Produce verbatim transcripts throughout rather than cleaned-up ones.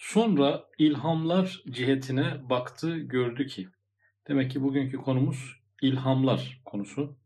Sonra ilhamlar cihetine baktı, gördü ki. Demek ki bugünkü konumuz ilhamlar konusu.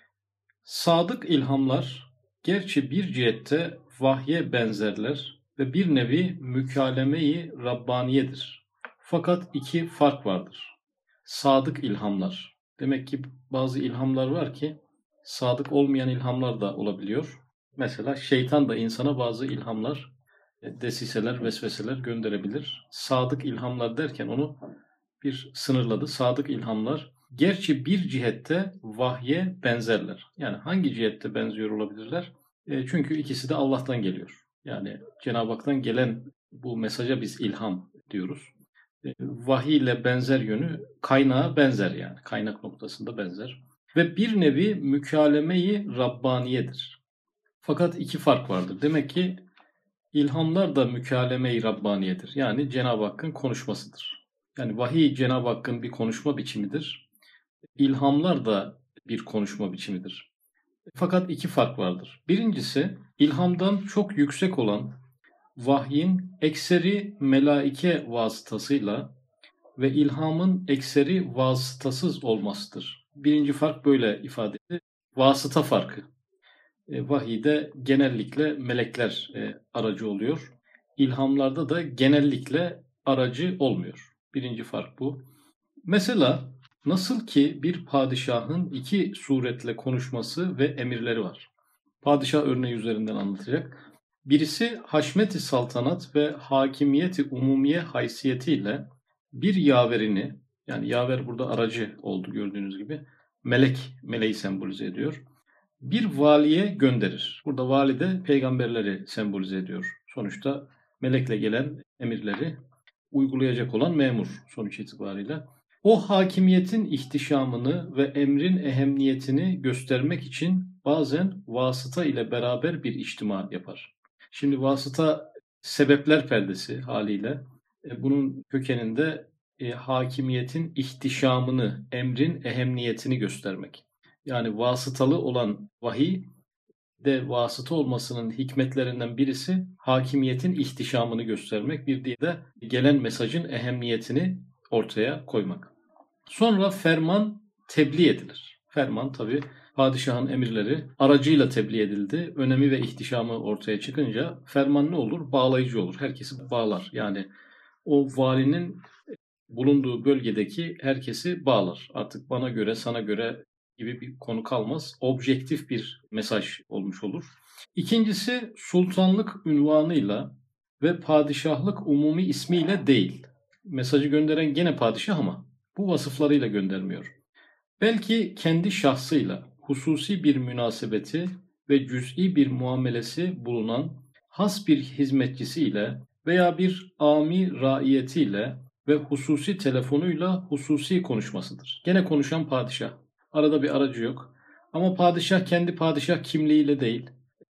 Sadık ilhamlar gerçi bir cihette vahye benzerler ve bir nevi mükalemeyi Rabbaniyedir. Fakat iki fark vardır. Sadık ilhamlar. Demek ki bazı ilhamlar var ki sadık olmayan ilhamlar da olabiliyor. Mesela şeytan da insana bazı ilhamlar, desiseler, vesveseler gönderebilir. Sadık ilhamlar derken onu bir sınırladı. Sadık ilhamlar gerçi bir cihette vahye benzerler. Yani hangi cihette benziyor olabilirler? E, çünkü ikisi de Allah'tan geliyor. Yani Cenab-ı Hak'tan gelen bu mesaja biz ilham diyoruz. E, vahiy ile benzer yönü kaynağa benzer yani. Kaynak noktasında benzer. Ve bir nevi mükalemeyi Rabbaniyedir. Fakat iki fark vardır. Demek ki ilhamlar da mükaleme-i Rabbaniyedir. Yani Cenab-ı Hakk'ın konuşmasıdır. Yani vahiy Cenab-ı Hakk'ın bir konuşma biçimidir. İlhamlar da bir konuşma biçimidir. Fakat iki fark vardır. Birincisi ilhamdan çok yüksek olan vahyin ekseri melaike vasıtasıyla ve ilhamın ekseri vasıtasız olmasıdır. Birinci fark böyle ifade edilir. Vasıta farkı. E, vahiyde genellikle melekler e, aracı oluyor. İlhamlarda da genellikle aracı olmuyor. Birinci fark bu. Mesela nasıl ki bir padişahın iki suretle konuşması ve emirleri var. Padişah örneği üzerinden anlatacak. Birisi haşmeti saltanat ve hakimiyeti umumiye haysiyetiyle bir yaverini, yani yaver burada aracı oldu gördüğünüz gibi, melek, meleği sembolize ediyor, bir valiye gönderir. Burada vali de peygamberleri sembolize ediyor. Sonuçta melekle gelen emirleri uygulayacak olan memur sonuç itibariyle. O hakimiyetin ihtişamını ve emrin ehemmiyetini göstermek için bazen vasıta ile beraber bir içtima yapar. Şimdi vasıta sebepler perdesi haliyle. E, bunun kökeninde e, hakimiyetin ihtişamını, emrin ehemmiyetini göstermek. Yani vasıtalı olan vahiy de vasıta olmasının hikmetlerinden birisi hakimiyetin ihtişamını göstermek, bir diğeri de gelen mesajın ehemmiyetini ortaya koymak. Sonra ferman tebliğ edilir. Ferman tabi padişahın emirleri aracıyla tebliğ edildi. Önemi ve ihtişamı ortaya çıkınca ferman ne olur? Bağlayıcı olur. Herkesi bağlar. Yani o valinin bulunduğu bölgedeki herkesi bağlar. Artık bana göre, sana göre gibi bir konu kalmaz. Objektif bir mesaj olmuş olur. İkincisi sultanlık unvanıyla ve padişahlık umumi ismiyle değil. Mesajı gönderen gene padişah ama bu vasıflarıyla göndermiyor. Belki kendi şahsıyla hususi bir münasebeti ve cüz'i bir muamelesi bulunan has bir hizmetçisiyle veya bir ami raiyetiyle ve hususi telefonuyla hususi konuşmasıdır. Gene konuşan padişah. Arada bir aracı yok. Ama padişah kendi padişah kimliğiyle değil,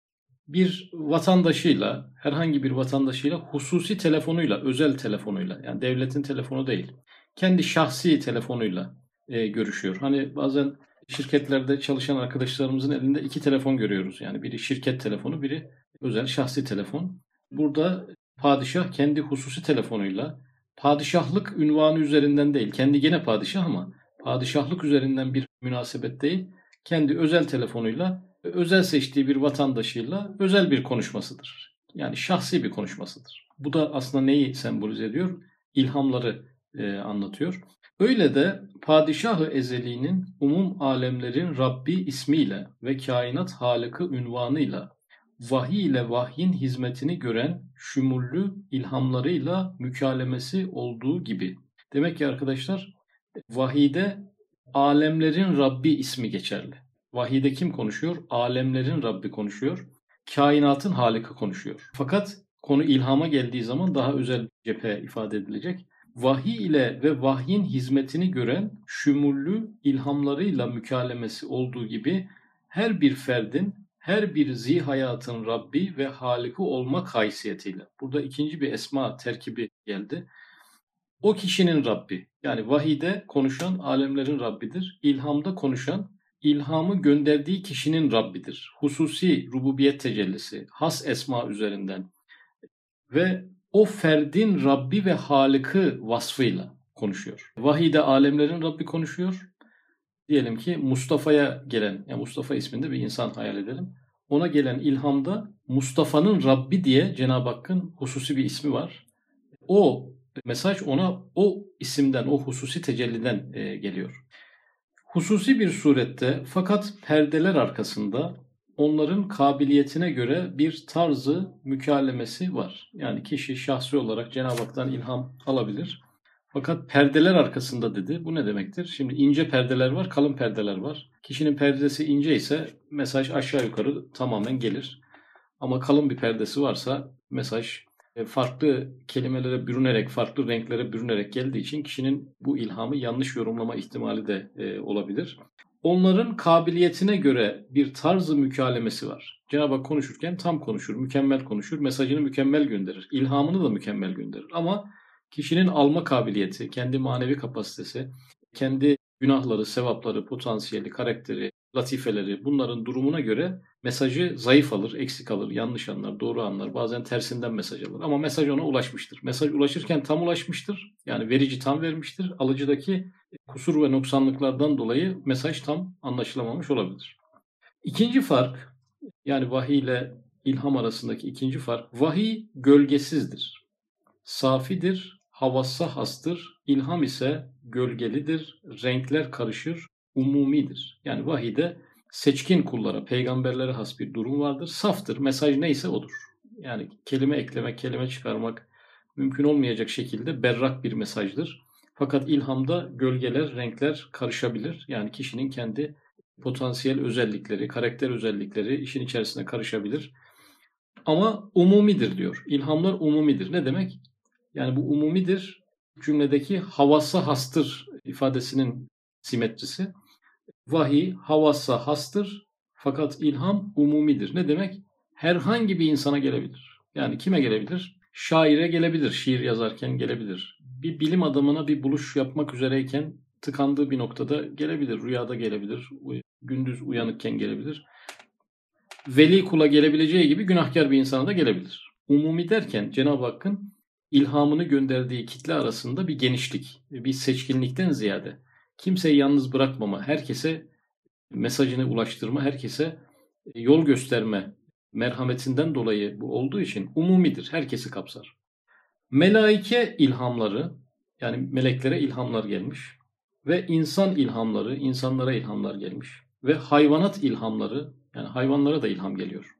bir vatandaşıyla, herhangi bir vatandaşıyla hususi telefonuyla, özel telefonuyla, yani devletin telefonu değil, kendi şahsi telefonuyla e, görüşüyor. Hani bazen şirketlerde çalışan arkadaşlarımızın elinde iki telefon görüyoruz. Yani biri şirket telefonu, biri özel şahsi telefon. Burada padişah kendi hususi telefonuyla, padişahlık ünvanı üzerinden değil, kendi gene padişah ama padişahlık üzerinden bir münasebet değil, kendi özel telefonuyla özel seçtiği bir vatandaşıyla özel bir konuşmasıdır. Yani şahsi bir konuşmasıdır. Bu da aslında neyi sembolize ediyor? İlhamları e, anlatıyor. Öyle de Padişah-ı Ezeli'nin umum alemlerin Rabbi ismiyle ve kainat halıkı ünvanıyla vahiy ile vahyin hizmetini gören şumullü ilhamlarıyla mükalemesi olduğu gibi. Demek ki arkadaşlar vahide alemlerin Rabbi ismi geçerli. Vahide kim konuşuyor? Alemlerin Rabbi konuşuyor. Kainatın Halık'ı konuşuyor. Fakat konu ilhama geldiği zaman daha özel bir cephe ifade edilecek. Vahiy ile ve vahyin hizmetini gören şumullü ilhamlarıyla mükalemesi olduğu gibi her bir ferdin, her bir zihayatın Rabbi ve Halık'ı olmak haysiyetiyle. Burada ikinci bir esma terkibi geldi. O kişinin Rabbi, yani vahide konuşan alemlerin Rabbidir. İlhamda konuşan, ilhamı gönderdiği kişinin Rabbidir. Hususi rububiyet tecellisi, has esma üzerinden ve o ferdin Rabbi ve Halık'ı vasfıyla konuşuyor. Vahiyde alemlerin Rabbi konuşuyor. Diyelim ki Mustafa'ya gelen, yani Mustafa isminde bir insan hayal edelim. Ona gelen ilhamda Mustafa'nın Rabbi diye Cenab-ı Hakk'ın hususi bir ismi var. O mesaj ona o isimden, o hususi tecelliden e, geliyor. Hususi bir surette fakat perdeler arkasında onların kabiliyetine göre bir tarzı mükalemesi var. Yani kişi şahsi olarak Cenab-ı Hak'tan ilham alabilir. Fakat perdeler arkasında dedi. Bu ne demektir? Şimdi ince perdeler var, kalın perdeler var. Kişinin perdesi ince ise mesaj aşağı yukarı tamamen gelir. Ama kalın bir perdesi varsa mesaj farklı kelimelere bürünerek, farklı renklere bürünerek geldiği için kişinin bu ilhamı yanlış yorumlama ihtimali de e, olabilir. Onların kabiliyetine göre bir tarzı mükalemesi var. Cenab-ı Hak konuşurken tam konuşur, mükemmel konuşur, mesajını mükemmel gönderir, ilhamını da mükemmel gönderir. Ama kişinin alma kabiliyeti, kendi manevi kapasitesi, kendi günahları, sevapları, potansiyeli, karakteri, latifeleri bunların durumuna göre mesajı zayıf alır, eksik alır, yanlış anlar, doğru anlar, bazen tersinden mesaj alır. Ama mesaj ona ulaşmıştır. Mesaj ulaşırken tam ulaşmıştır. Yani verici tam vermiştir. Alıcıdaki kusur ve noksanlıklardan dolayı mesaj tam anlaşılamamış olabilir. İkinci fark, yani vahiy ile ilham arasındaki ikinci fark, vahiy gölgesizdir, safidir, havassa hastır. İlham ise gölgelidir, renkler karışır, umumidir. Yani vahide seçkin kullara, peygamberlere has bir durum vardır. Saftır, mesaj neyse odur. Yani kelime eklemek, kelime çıkarmak mümkün olmayacak şekilde berrak bir mesajdır. Fakat ilhamda gölgeler, renkler karışabilir. Yani kişinin kendi potansiyel özellikleri, karakter özellikleri işin içerisine karışabilir. Ama umumidir diyor. İlhamlar umumidir. Ne demek? Yani bu umumidir cümledeki havassa hastır ifadesinin simetrisi. Vahiy havassa hastır fakat ilham umumidir. Ne demek? Herhangi bir insana gelebilir. Yani kime gelebilir? Şaire gelebilir, şiir yazarken gelebilir. Bir bilim adamına bir buluş yapmak üzereyken tıkandığı bir noktada gelebilir. Rüyada gelebilir, gündüz uyanıkken gelebilir. Veli kula gelebileceği gibi günahkar bir insana da gelebilir. Umumi derken Cenab-ı Hakk'ın ilhamını gönderdiği kitle arasında bir genişlik, bir seçkinlikten ziyade kimseyi yalnız bırakmama, herkese mesajını ulaştırma, herkese yol gösterme merhametinden dolayı bu olduğu için umumidir, herkesi kapsar. Melaike ilhamları, yani meleklere ilhamlar gelmiş ve insan ilhamları, insanlara ilhamlar gelmiş ve hayvanat ilhamları, yani hayvanlara da ilham geliyor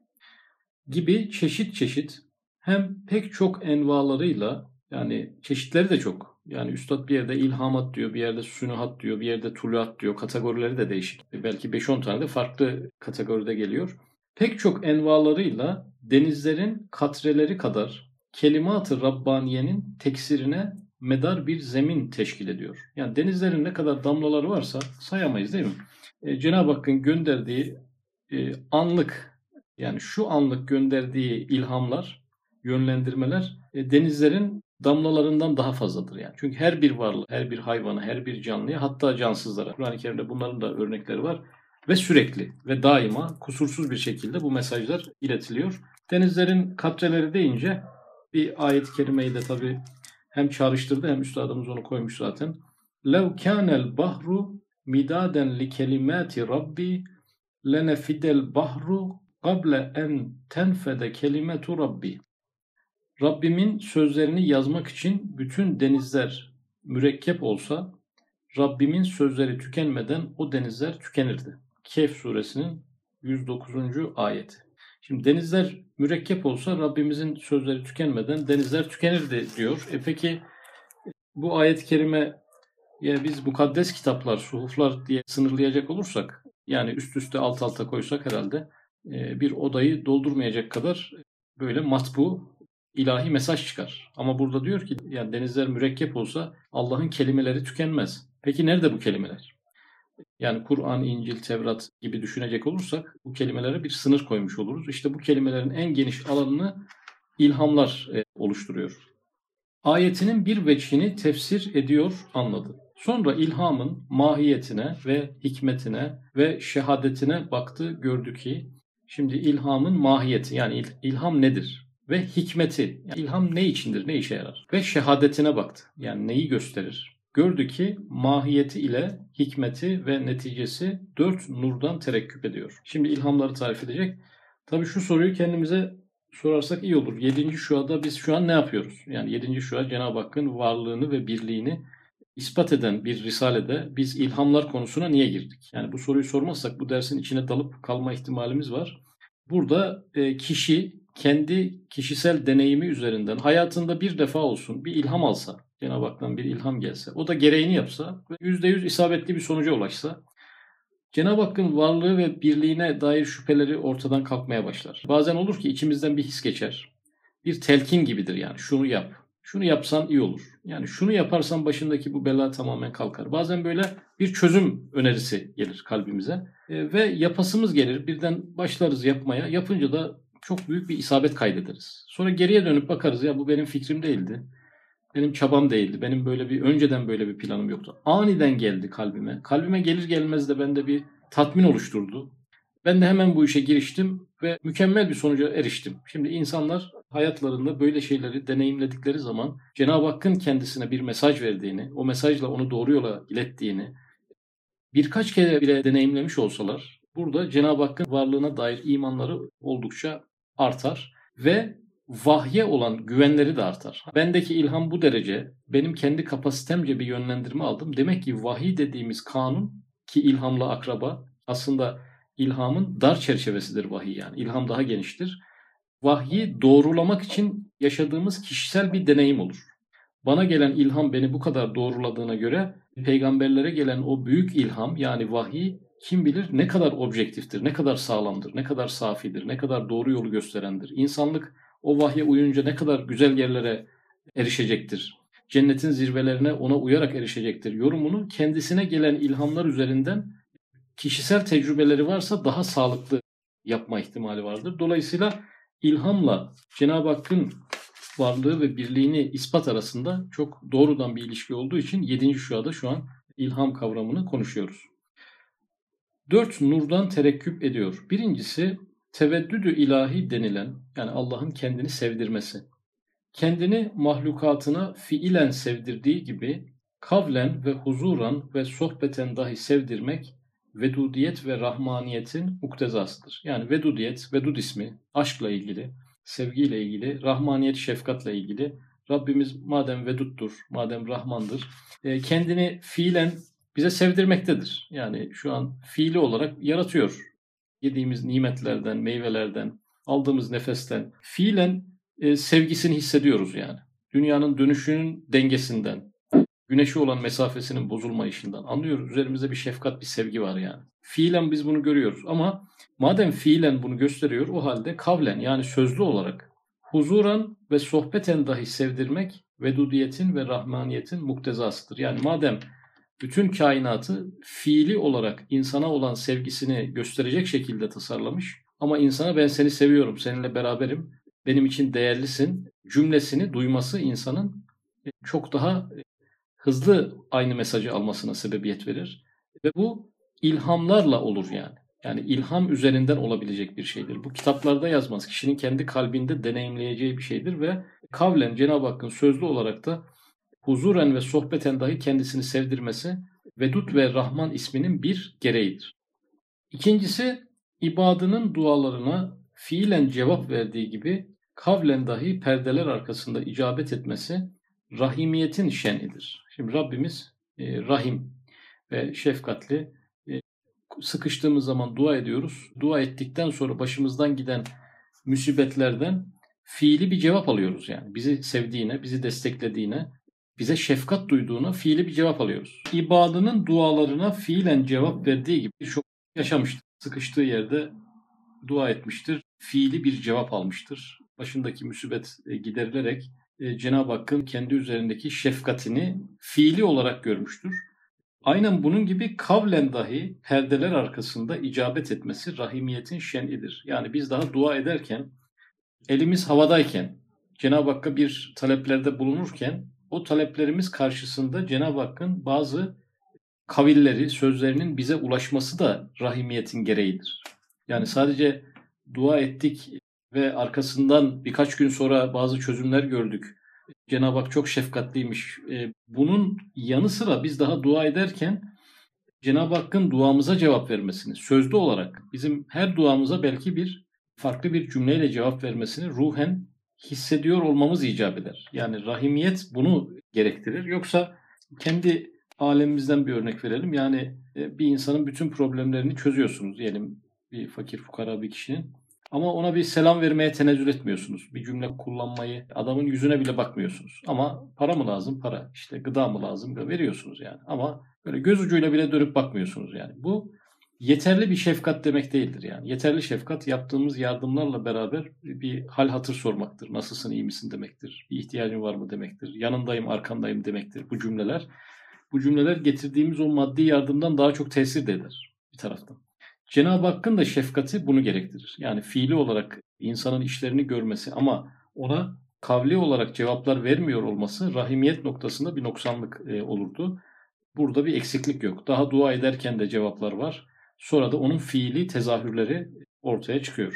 gibi çeşit çeşit hem pek çok envalarıyla, yani çeşitleri de çok. Yani üstad bir yerde ilhamat diyor, bir yerde sünuhat diyor, bir yerde tuluat diyor. Kategorileri de değişik. Belki beş on tane de farklı kategoride geliyor. Pek çok envalarıyla denizlerin katreleri kadar kelimat-ı Rabbaniye'nin teksirine medar bir zemin teşkil ediyor. Yani denizlerin ne kadar damlaları varsa sayamayız değil mi? E, Cenab-ı Hakk'ın gönderdiği e, anlık, yani şu anlık gönderdiği ilhamlar, yönlendirmeler e, denizlerin damlalarından daha fazladır yani. Çünkü her bir varlığı, her bir hayvanı, her bir canlıya, hatta cansızlara, Kur'an-ı Kerim'de bunların da örnekleri var ve sürekli ve daima kusursuz bir şekilde bu mesajlar iletiliyor. Denizlerin katreleri deyince bir ayet-i kerimeyi de tabii hem çağrıştırdı hem üstadımız onu koymuş zaten. لَوْ كَانَ الْبَحْرُ مِدَادًا لِكَلِمَاتِ رَبِّي لَنَفِدَ الْبَحْرُ قَبْلَ اَنْ تَنْفَدَ كَلِمَةُ رَبِّي. Rabbimin sözlerini yazmak için bütün denizler mürekkep olsa, Rabbimin sözleri tükenmeden o denizler tükenirdi. Kehf suresinin yüz dokuzuncu ayeti. Şimdi denizler mürekkep olsa Rabbimizin sözleri tükenmeden denizler tükenirdi diyor. E peki bu ayet-i kerime ya biz mukaddes kitaplar, suhuflar diye sınırlayacak olursak, yani üst üste alt alta koysak herhalde bir odayı doldurmayacak kadar böyle matbu ilahi mesaj çıkar. Ama burada diyor ki yani denizler mürekkep olsa Allah'ın kelimeleri tükenmez. Peki nerede bu kelimeler? Yani Kur'an, İncil, Tevrat gibi düşünecek olursak bu kelimelere bir sınır koymuş oluruz. İşte bu kelimelerin en geniş alanını ilhamlar oluşturuyor. Ayetinin bir veçhini tefsir ediyor, anladı. Sonra ilhamın mahiyetine ve hikmetine ve şehadetine baktı, gördü ki şimdi ilhamın mahiyeti, yani ilham nedir ve hikmeti. Yani ilham ne içindir, ne işe yarar? Ve şehadetine baktı. Yani neyi gösterir? Gördü ki mahiyeti ile hikmeti ve neticesi dört nurdan terekküp ediyor. Şimdi ilhamları tarif edecek. Tabii şu soruyu kendimize sorarsak iyi olur. Yedinci şuada biz şu an ne yapıyoruz? Yani yedinci şua Cenab-ı Hakk'ın varlığını ve birliğini ispat eden bir risalede biz ilhamlar konusuna niye girdik? Yani bu soruyu sormazsak bu dersin içine dalıp kalma ihtimalimiz var. Burada e, kişi kendi kişisel deneyimi üzerinden hayatında bir defa olsun bir ilham alsa, Cenab-ı Hak'tan bir ilham gelse, o da gereğini yapsa ve yüzde yüz isabetli bir sonuca ulaşsa, Cenab-ı Hakk'ın varlığı ve birliğine dair şüpheleri ortadan kalkmaya başlar. Bazen olur ki içimizden bir his geçer. Bir telkin gibidir yani. Şunu yap. Şunu yapsan iyi olur. Yani şunu yaparsan başındaki bu bela tamamen kalkar. Bazen böyle bir çözüm önerisi gelir kalbimize. E, ve yapasımız gelir. Birden başlarız yapmaya. Yapınca da çok büyük bir isabet kaydederiz. Sonra geriye dönüp bakarız. Ya bu benim fikrim değildi. Benim çabam değildi. Benim böyle bir önceden böyle bir planım yoktu. Aniden geldi kalbime. Kalbime gelir gelmez de bende bir tatmin oluşturdu. Ben de hemen bu işe giriştim ve mükemmel bir sonuca eriştim. Şimdi insanlar hayatlarında böyle şeyleri deneyimledikleri zaman Cenab-ı Hakk'ın kendisine bir mesaj verdiğini, o mesajla onu doğru yola ilettiğini birkaç kere bile deneyimlemiş olsalar burada Cenab-ı Hakk'ın varlığına dair imanları oldukça artar ve vahye olan güvenleri de artar. Bendeki ilham bu derece, benim kendi kapasitemce bir yönlendirme aldım. Demek ki vahiy dediğimiz kanun ki ilhamla akraba aslında ilhamın dar çerçevesidir vahiy yani. İlham daha geniştir. Vahyi doğrulamak için yaşadığımız kişisel bir deneyim olur. Bana gelen ilham beni bu kadar doğruladığına göre peygamberlere gelen o büyük ilham yani vahiy kim bilir ne kadar objektiftir, ne kadar sağlamdır, ne kadar safidir, ne kadar doğru yolu gösterendir. İnsanlık o vahye uyunca ne kadar güzel yerlere erişecektir. Cennetin zirvelerine ona uyarak erişecektir. Yorumunu kendisine gelen ilhamlar üzerinden kişisel tecrübeleri varsa daha sağlıklı yapma ihtimali vardır. Dolayısıyla ilhamla Cenab-ı Hakk'ın varlığı ve birliğini ispat arasında çok doğrudan bir ilişki olduğu için yedinci şuada şu an ilham kavramını konuşuyoruz. Dört nurdan terekküp ediyor. Birincisi teveddüdü ilahi denilen yani Allah'ın kendini sevdirmesi. Kendini mahlukatına fiilen sevdirdiği gibi kavlen ve huzuran ve sohbeten dahi sevdirmek vedudiyet ve rahmaniyetin muktezasıdır. Yani vedudiyet, vedud ismi aşkla ilgili, sevgiyle ilgili, rahmaniyet şefkatle ilgili. Rabbimiz madem veduttur, madem rahmandır, kendini fiilen bize sevdirmektedir. Yani şu an fiili olarak yaratıyor. Yediğimiz nimetlerden, meyvelerden, aldığımız nefesten fiilen e, sevgisini hissediyoruz yani. Dünyanın dönüşünün dengesinden, güneşe olan mesafesinin bozulmayışından anlıyoruz. Üzerimizde bir şefkat, bir sevgi var yani. Fiilen biz bunu görüyoruz ama madem fiilen bunu gösteriyor o halde kavlen yani sözlü olarak huzuran ve sohbeten dahi sevdirmek vedudiyetin ve rahmaniyetin muktezasıdır. Yani madem bütün kainatı fiili olarak insana olan sevgisini gösterecek şekilde tasarlamış ama insana ben seni seviyorum, seninle beraberim, benim için değerlisin cümlesini duyması insanın çok daha hızlı aynı mesajı almasına sebebiyet verir. Ve bu ilhamlarla olur yani. Yani ilham üzerinden olabilecek bir şeydir. Bu kitaplarda yazmaz. Kişinin kendi kalbinde deneyimleyeceği bir şeydir ve kavlen Cenab-ı Hakk'ın sözlü olarak da huzuren ve sohbeten dahi kendisini sevdirmesi Vedud ve Rahman isminin bir gereğidir. İkincisi ibadının dualarına fiilen cevap verdiği gibi kavlen dahi perdeler arkasında icabet etmesi rahimiyetin şenidir. Şimdi Rabbimiz e, rahim ve şefkatli. E, sıkıştığımız zaman dua ediyoruz. Dua ettikten sonra başımızdan giden musibetlerden fiili bir cevap alıyoruz yani. Bizi sevdiğine, bizi desteklediğine, bize şefkat duyduğuna fiili bir cevap alıyoruz. İbadının dualarına fiilen cevap verdiği gibi çok yaşamıştır. Sıkıştığı yerde dua etmiştir. Fiili bir cevap almıştır. Başındaki musibet giderilerek Cenab-ı Hakk'ın kendi üzerindeki şefkatini fiili olarak görmüştür. Aynen bunun gibi kavlen dahi perdeler arkasında icabet etmesi rahimiyetin şen'idir. Yani biz daha dua ederken, elimiz havadayken, Cenab-ı Hakk'a bir taleplerde bulunurken o taleplerimiz karşısında Cenab-ı Hakk'ın bazı kavilleri, sözlerinin bize ulaşması da rahimiyetin gereğidir. Yani sadece dua ettik, ve arkasından birkaç gün sonra bazı çözümler gördük. Cenab-ı Hak çok şefkatliymiş. E, bunun yanı sıra biz daha dua ederken Cenab-ı Hakk'ın duamıza cevap vermesini, sözlü olarak bizim her duamıza belki bir farklı bir cümleyle cevap vermesini ruhen hissediyor olmamız icap eder. Yani rahimiyet bunu gerektirir. Yoksa kendi alemimizden bir örnek verelim. Yani bir insanın bütün problemlerini çözüyorsunuz diyelim, bir fakir fukara bir kişinin. Ama ona bir selam vermeye tenezzül etmiyorsunuz. Bir cümle kullanmayı, adamın yüzüne bile bakmıyorsunuz. Ama para mı lazım? Para. İşte gıda mı lazım? Veriyorsunuz yani. Ama böyle göz ucuyla bile dönüp bakmıyorsunuz yani. Bu yeterli bir şefkat demek değildir yani. Yeterli şefkat yaptığımız yardımlarla beraber bir hal hatır sormaktır. Nasılsın, iyi misin demektir. Bir ihtiyacın var mı demektir. Yanındayım, arkandayım demektir bu cümleler. Bu cümleler getirdiğimiz o maddi yardımdan daha çok tesir de eder bir taraftan. Cenab-ı Hakk'ın da şefkati bunu gerektirir. Yani fiili olarak insanın işlerini görmesi ama ona kavli olarak cevaplar vermiyor olması rahimiyet noktasında bir noksanlık e, olurdu. Burada bir eksiklik yok. Daha dua ederken de cevaplar var. Sonra da onun fiili tezahürleri ortaya çıkıyor.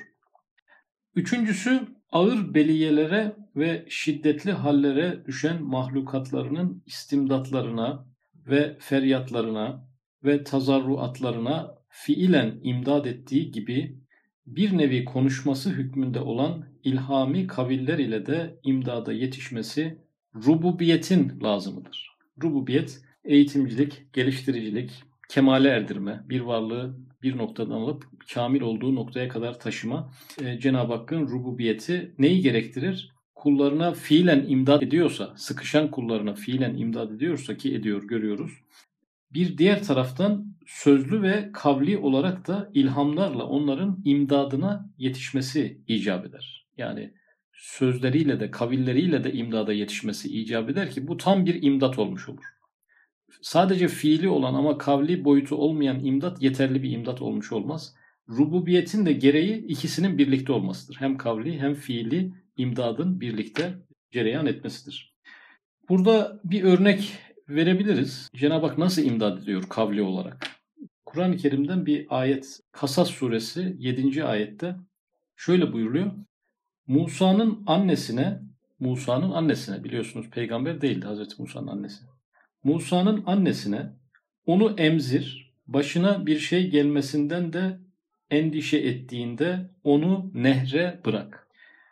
Üçüncüsü, ağır beliyelere ve şiddetli hallere düşen mahlukatlarının istimdatlarına ve feryatlarına ve tazarruatlarına fiilen imdad ettiği gibi bir nevi konuşması hükmünde olan ilhami kaviller ile de imdada yetişmesi rububiyetin lazımıdır. Rububiyet, eğitimcilik, geliştiricilik, kemale erdirme, bir varlığı bir noktadan alıp kamil olduğu noktaya kadar taşıma. E, Cenab-ı Hakk'ın rububiyeti neyi gerektirir? Kullarına fiilen imdad ediyorsa, sıkışan kullarına fiilen imdad ediyorsa ki ediyor, görüyoruz. Bir diğer taraftan sözlü ve kavli olarak da ilhamlarla onların imdadına yetişmesi icap eder. Yani sözleriyle de kavilleriyle de imdada yetişmesi icap eder ki bu tam bir imdat olmuş olur. Sadece fiili olan ama kavli boyutu olmayan imdat yeterli bir imdat olmuş olmaz. Rububiyetin de gereği ikisinin birlikte olmasıdır. Hem kavli hem fiili imdadın birlikte cereyan etmesidir. Burada bir örnek verebiliriz. Cenab-ı Hak nasıl imdad ediyor kavli olarak? Kur'an-ı Kerim'den bir ayet, Kasas suresi yedinci ayette şöyle buyuruluyor. Musa'nın annesine, Musa'nın annesine, biliyorsunuz peygamber değildi Hazreti Musa'nın annesi. Musa'nın annesine onu emzir, başına bir şey gelmesinden de endişe ettiğinde onu nehre bırak.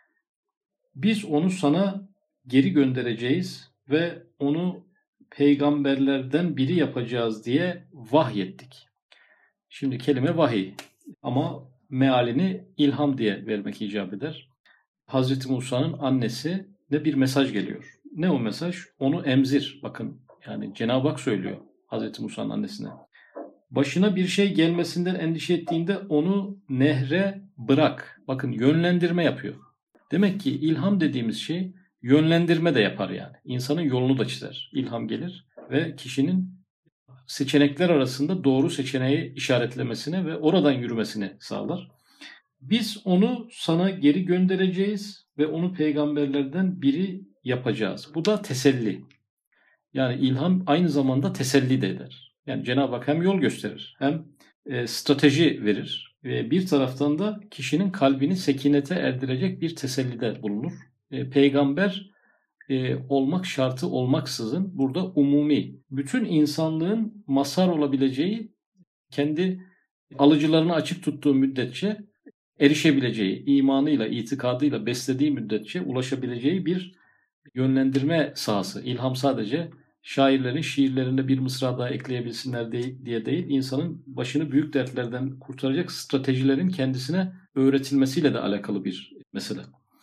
Biz onu sana geri göndereceğiz ve onu peygamberlerden biri yapacağız diye vahyettik. Şimdi kelime vahiy ama mealini ilham diye vermek icap eder. Hazreti Musa'nın annesine bir mesaj geliyor. Ne o mesaj? Onu emzir. Bakın yani Cenab-ı Hak söylüyor Hazreti Musa'nın annesine. Başına bir şey gelmesinden endişe ettiğinde onu nehre bırak. Bakın yönlendirme yapıyor. Demek ki ilham dediğimiz şey yönlendirme de yapar yani. İnsanın yolunu da çizer. İlham gelir ve kişinin seçenekler arasında doğru seçeneği işaretlemesine ve oradan yürümesini sağlar. Biz onu sana geri göndereceğiz ve onu peygamberlerden biri yapacağız. Bu da teselli. Yani ilham aynı zamanda teselli de eder. Yani Cenab-ı Hak hem yol gösterir hem e, strateji verir ve bir taraftan da kişinin kalbini sekinete erdirecek bir tesellide bulunur. E, peygamber e, olmak şartı olmaksızın burada umumi, bütün insanlığın mazhar olabileceği, kendi alıcılarını açık tuttuğu müddetçe erişebileceği, imanıyla, itikadıyla beslediği müddetçe ulaşabileceği bir yönlendirme sahası. İlham sadece şairlerin şiirlerinde bir mısra daha ekleyebilsinler diye değil, insanın başını büyük dertlerden kurtaracak stratejilerin kendisine öğretilmesiyle de alakalı bir mesele.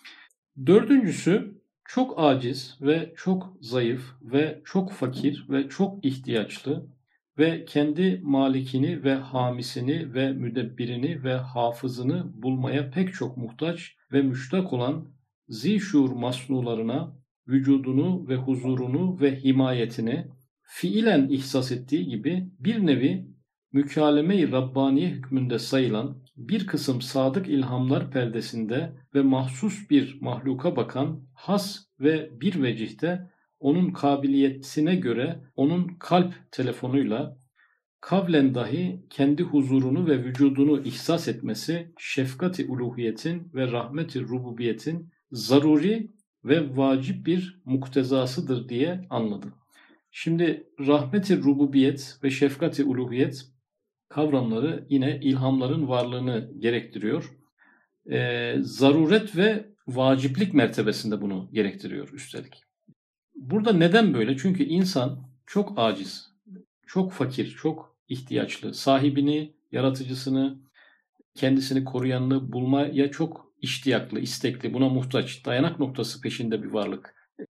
Dördüncüsü, çok aciz ve çok zayıf ve çok fakir ve çok ihtiyaçlı ve kendi malikini ve hamisini ve müdebbirini ve hafızını bulmaya pek çok muhtaç ve müştak olan zişur masnularına vücudunu ve huzurunu ve himayetini fiilen ihsas ettiği gibi bir nevi mükaleme-i Rabbaniye hükmünde sayılan bir kısım sadık ilhamlar perdesinde ve mahsus bir mahluka bakan has ve bir vecihte onun kabiliyetine göre onun kalp telefonuyla kavlen dahi kendi huzurunu ve vücudunu ihsas etmesi şefkati uluhiyetin ve rahmeti rububiyetin zaruri ve vacip bir muktezasıdır diye anladı. Şimdi rahmeti rububiyet ve şefkati uluhiyet kavramları yine ilhamların varlığını gerektiriyor. Ee, zaruret ve vaciplik mertebesinde bunu gerektiriyor üstelik. Burada neden böyle? Çünkü insan çok aciz, çok fakir, çok ihtiyaçlı. Sahibini, yaratıcısını, kendisini koruyanını bulmaya çok iştiyaklı, istekli, buna muhtaç, dayanak noktası peşinde bir varlık.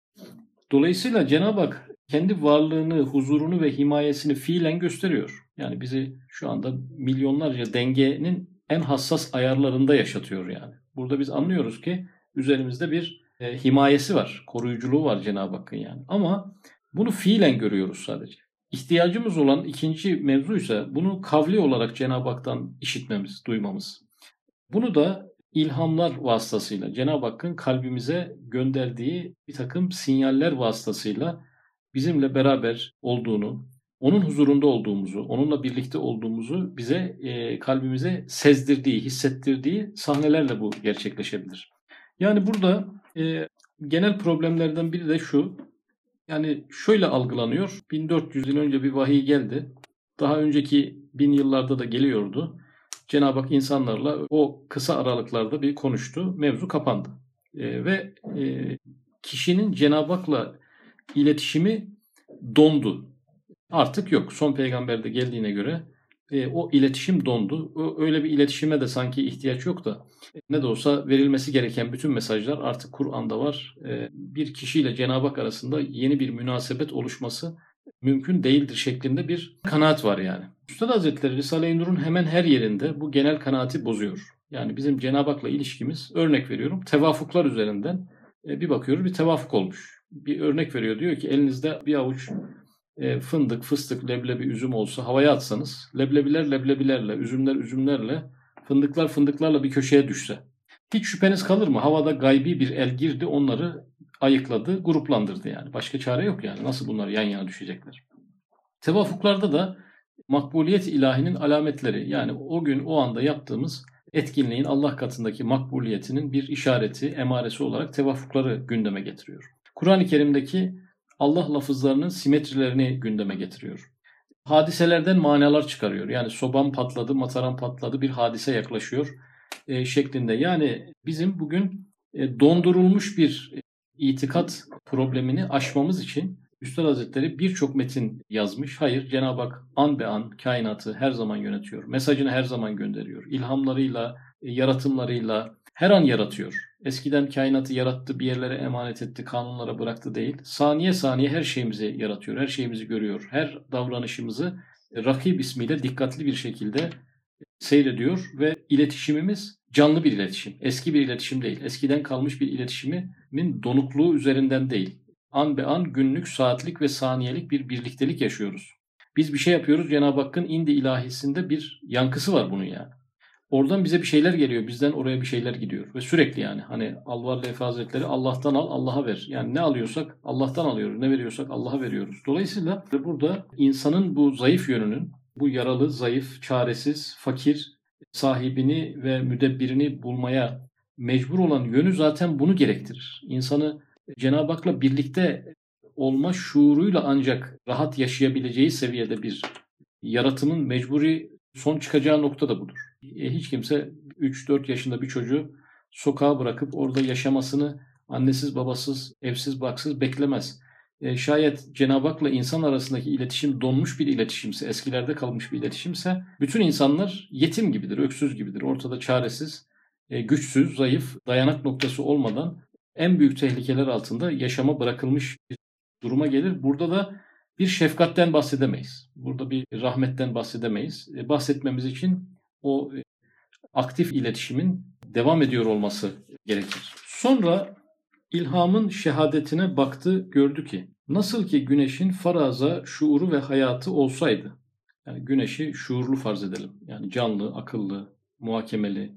Dolayısıyla Cenab-ı Hak kendi varlığını, huzurunu ve himayesini fiilen gösteriyor. Yani bizi şu anda milyonlarca dengenin en hassas ayarlarında yaşatıyor yani. Burada biz anlıyoruz ki üzerimizde bir e, himayesi var, koruyuculuğu var Cenab-ı Hakk'ın yani. Ama bunu fiilen görüyoruz sadece. İhtiyacımız olan ikinci mevzuysa bunu kavli olarak Cenab-ı Hak'tan işitmemiz, duymamız. Bunu da ilhamlar vasıtasıyla Cenab-ı Hakk'ın kalbimize gönderdiği bir takım sinyaller vasıtasıyla bizimle beraber olduğunu, onun huzurunda olduğumuzu, onunla birlikte olduğumuzu bize e, kalbimize sezdirdiği, hissettirdiği sahnelerle bu gerçekleşebilir. Yani burada e, genel problemlerden biri de şu, yani şöyle algılanıyor, bin dört yüz yıl önce bir vahiy geldi, daha önceki bin yıllarda da geliyordu. Cenab-ı Hak insanlarla o kısa aralıklarda bir konuştu, mevzu kapandı. E, ve e, kişinin Cenab-ı Hak'la iletişimi dondu. Artık yok. Son peygamber de geldiğine göre e, o iletişim dondu. O, öyle bir iletişime de sanki ihtiyaç yok da ne de olsa verilmesi gereken bütün mesajlar artık Kur'an'da var. E, bir kişiyle Cenab-ı Hak arasında yeni bir münasebet oluşması mümkün değildir şeklinde bir kanaat var yani. Üstad Hazretleri Risale-i Nur'un hemen her yerinde bu genel kanaati bozuyor. Yani bizim Cenab-ı Hak'la ilişkimiz, örnek veriyorum, tevafuklar üzerinden e, bir bakıyoruz bir tevafuk olmuş. Bir örnek veriyor, diyor ki elinizde bir avuç e, fındık, fıstık, leblebi, üzüm olsa havaya atsanız, leblebiler leblebilerle, üzümler üzümlerle, fındıklar fındıklarla bir köşeye düşse, hiç şüpheniz kalır mı? Havada gaybi bir el girdi, onları ayıkladı, gruplandırdı yani. Başka çare yok yani. Nasıl bunlar yan yana düşecekler? Tevafuklarda da makbuliyet ilahinin alametleri, yani o gün o anda yaptığımız etkinliğin Allah katındaki makbuliyetinin bir işareti, emaresi olarak tevafukları gündeme getiriyor. Kur'an-ı Kerim'deki Allah lafızlarının simetrilerini gündeme getiriyor. Hadiselerden manalar çıkarıyor. Yani soban patladı, mataram patladı, bir hadise yaklaşıyor e, şeklinde. Yani bizim bugün e, dondurulmuş bir itikat problemini aşmamız için Üstad Hazretleri birçok metin yazmış. Hayır, Cenab-ı Hak an be an kainatı her zaman yönetiyor. Mesajını her zaman gönderiyor. İlhamlarıyla, e, yaratımlarıyla her an yaratıyor. Eskiden kainatı yarattı, bir yerlere emanet etti, kanunlara bıraktı değil. Saniye saniye her şeyimizi yaratıyor, her şeyimizi görüyor. Her davranışımızı Rakib ismiyle dikkatli bir şekilde seyrediyor ve iletişimimiz canlı bir iletişim. Eski bir iletişim değil. Eskiden kalmış bir iletişimin donukluğu üzerinden değil. An be an, günlük, saatlik ve saniyelik bir birliktelik yaşıyoruz. Biz bir şey yapıyoruz, Cenab-ı Hakk'ın indi ilahisinde bir yankısı var bunun yani. Oradan bize bir şeyler geliyor, bizden oraya bir şeyler gidiyor. Ve sürekli yani hani Alvar-ı Hazretleri Allah'tan al, Allah'a ver. Yani ne alıyorsak Allah'tan alıyoruz, ne veriyorsak Allah'a veriyoruz. Dolayısıyla burada insanın bu zayıf yönünün, bu yaralı, zayıf, çaresiz, fakir sahibini ve müdebbirini bulmaya mecbur olan yönü zaten bunu gerektirir. İnsanı Cenab-ı Hak'la birlikte olma şuuruyla ancak rahat yaşayabileceği seviyede bir yaratımın mecburi son çıkacağı nokta da budur. E, hiç kimse üç dört yaşında bir çocuğu sokağa bırakıp orada yaşamasını annesiz, babasız, evsiz, barksız beklemez. E, şayet Cenab-ı Hak'la insan arasındaki iletişim donmuş bir iletişimse, eskilerde kalmış bir iletişimse, bütün insanlar yetim gibidir, öksüz gibidir. Ortada çaresiz, e, güçsüz, zayıf, dayanak noktası olmadan en büyük tehlikeler altında yaşama bırakılmış bir duruma gelir. Burada da bir şefkatten bahsedemeyiz. Burada bir rahmetten bahsedemeyiz. E, bahsetmemiz için o e, aktif iletişimin devam ediyor olması gerekir. Sonra ilhamın şehadetine baktı, gördü ki nasıl ki güneşin faraza, şuuru ve hayatı olsaydı, yani güneşi şuurlu farz edelim, yani canlı, akıllı, muhakemeli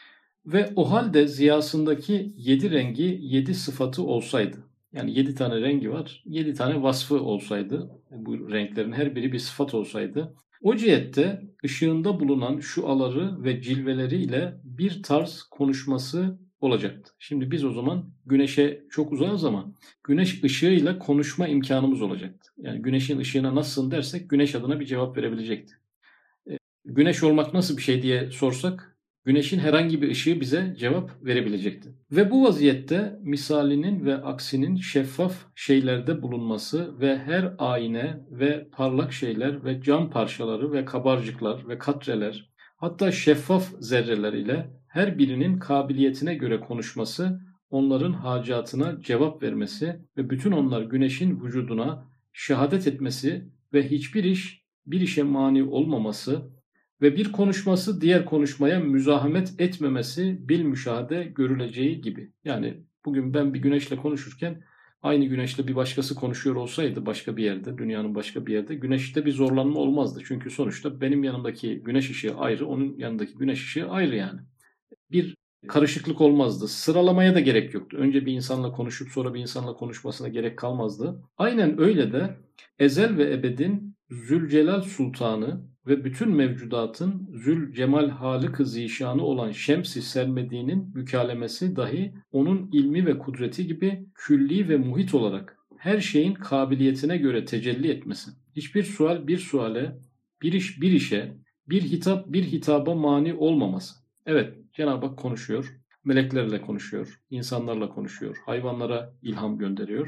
ve o halde ziyasındaki yedi rengi, yedi sıfatı olsaydı, yani yedi tane rengi var, yedi tane vasfı olsaydı, bu renklerin her biri bir sıfat olsaydı, O cihette ışığında bulunan şuaları ve cilveleriyle bir tarz konuşması olacaktı. Şimdi biz o zaman güneşe çok uzağız ama güneş ışığıyla konuşma imkanımız olacaktı. Yani güneşin ışığına nasılsın dersek güneş adına bir cevap verebilecekti. E, Güneş olmak nasıl bir şey diye sorsak güneşin herhangi bir ışığı bize cevap verebilecekti. Ve bu vaziyette misalinin ve aksinin şeffaf şeylerde bulunması ve her ayna ve parlak şeyler ve cam parçaları ve kabarcıklar ve katreler, hatta şeffaf zerreler ile her birinin kabiliyetine göre konuşması, onların hacatına cevap vermesi ve bütün onlar güneşin vücuduna şehadet etmesi ve hiçbir iş bir işe mani olmaması ve bir konuşması diğer konuşmaya müzahamet etmemesi bilmüşahede görüleceği gibi. Yani bugün ben bir güneşle konuşurken aynı güneşle bir başkası konuşuyor olsaydı başka bir yerde, dünyanın başka bir yerde güneşte bir zorlanma olmazdı. Çünkü sonuçta benim yanımdaki güneş ışığı ayrı, onun yanındaki güneş ışığı ayrı yani. Bir karışıklık olmazdı. Sıralamaya da gerek yoktu. Önce bir insanla konuşup sonra bir insanla konuşmasına gerek kalmazdı. Aynen öyle de ezel ve ebedin Zülcelal Sultanı ve bütün mevcudatın Zülcemal Halık-ı Zişanı olan Şems-i Sermedi'nin mükalemesi dahi onun ilmi ve kudreti gibi külli ve muhit olarak her şeyin kabiliyetine göre tecelli etmesi. Hiçbir sual bir suale, bir iş bir işe, bir hitap bir hitaba mani olmaması. Evet, Cenab-ı Hak konuşuyor, meleklerle konuşuyor, insanlarla konuşuyor, hayvanlara ilham gönderiyor.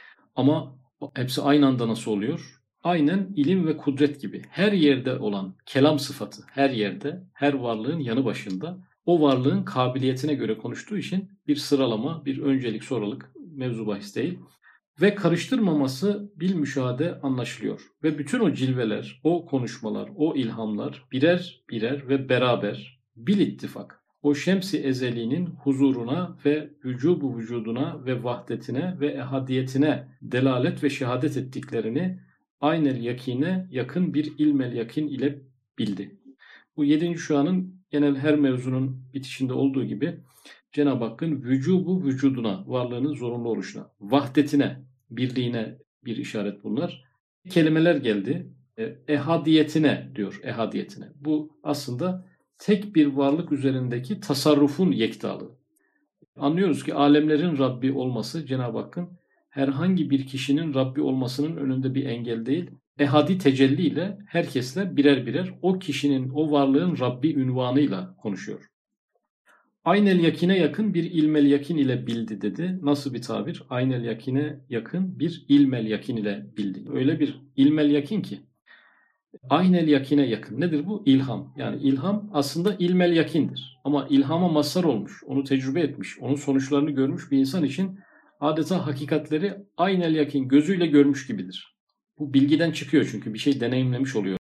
Ama hepsi aynı anda nasıl oluyor? Aynen ilim ve kudret gibi her yerde olan kelam sıfatı, her yerde, her varlığın yanı başında o varlığın kabiliyetine göre konuştuğu için bir sıralama, bir öncelik sonralık mevzu bahis değil. Ve karıştırmaması bilmüşahede anlaşılıyor. Ve bütün o cilveler, o konuşmalar, o ilhamlar birer birer ve beraber bil ittifak o şems-i ezeliğinin huzuruna ve vücubu vücuduna ve vahdetine ve ehadiyetine delalet ve şehadet ettiklerini aynel yakine yakın bir ilmel yakin ile bildi. Bu yedinci şuanın genel her mevzunun bitişinde olduğu gibi Cenab-ı Hakk'ın vücubu vücuduna, varlığının zorunlu oluşuna, vahdetine, birliğine bir işaret bunlar. Kelimeler geldi. Ehadiyetine diyor, ehadiyetine. Bu aslında tek bir varlık üzerindeki tasarrufun yektalığı. Anlıyoruz ki alemlerin Rabbi olması Cenab-ı Hakk'ın herhangi bir kişinin Rabbi olmasının önünde bir engel değil. Ehadi tecelliyle herkesle birer birer o kişinin, o varlığın Rabbi ünvanıyla konuşuyor. Aynel yakine yakın bir ilmel yakin ile bildi dedi. Nasıl bir tabir? Aynel yakine yakın bir ilmel yakin ile bildi. Öyle bir ilmel yakin ki aynel yakine yakın. Nedir bu? İlham. Yani ilham aslında ilmel yakindir. Ama ilhama mazhar olmuş, onu tecrübe etmiş, onun sonuçlarını görmüş bir insan için adeta hakikatleri aynel yakin gözüyle görmüş gibidir. Bu bilgiden çıkıyor çünkü bir şey deneyimlemiş oluyor.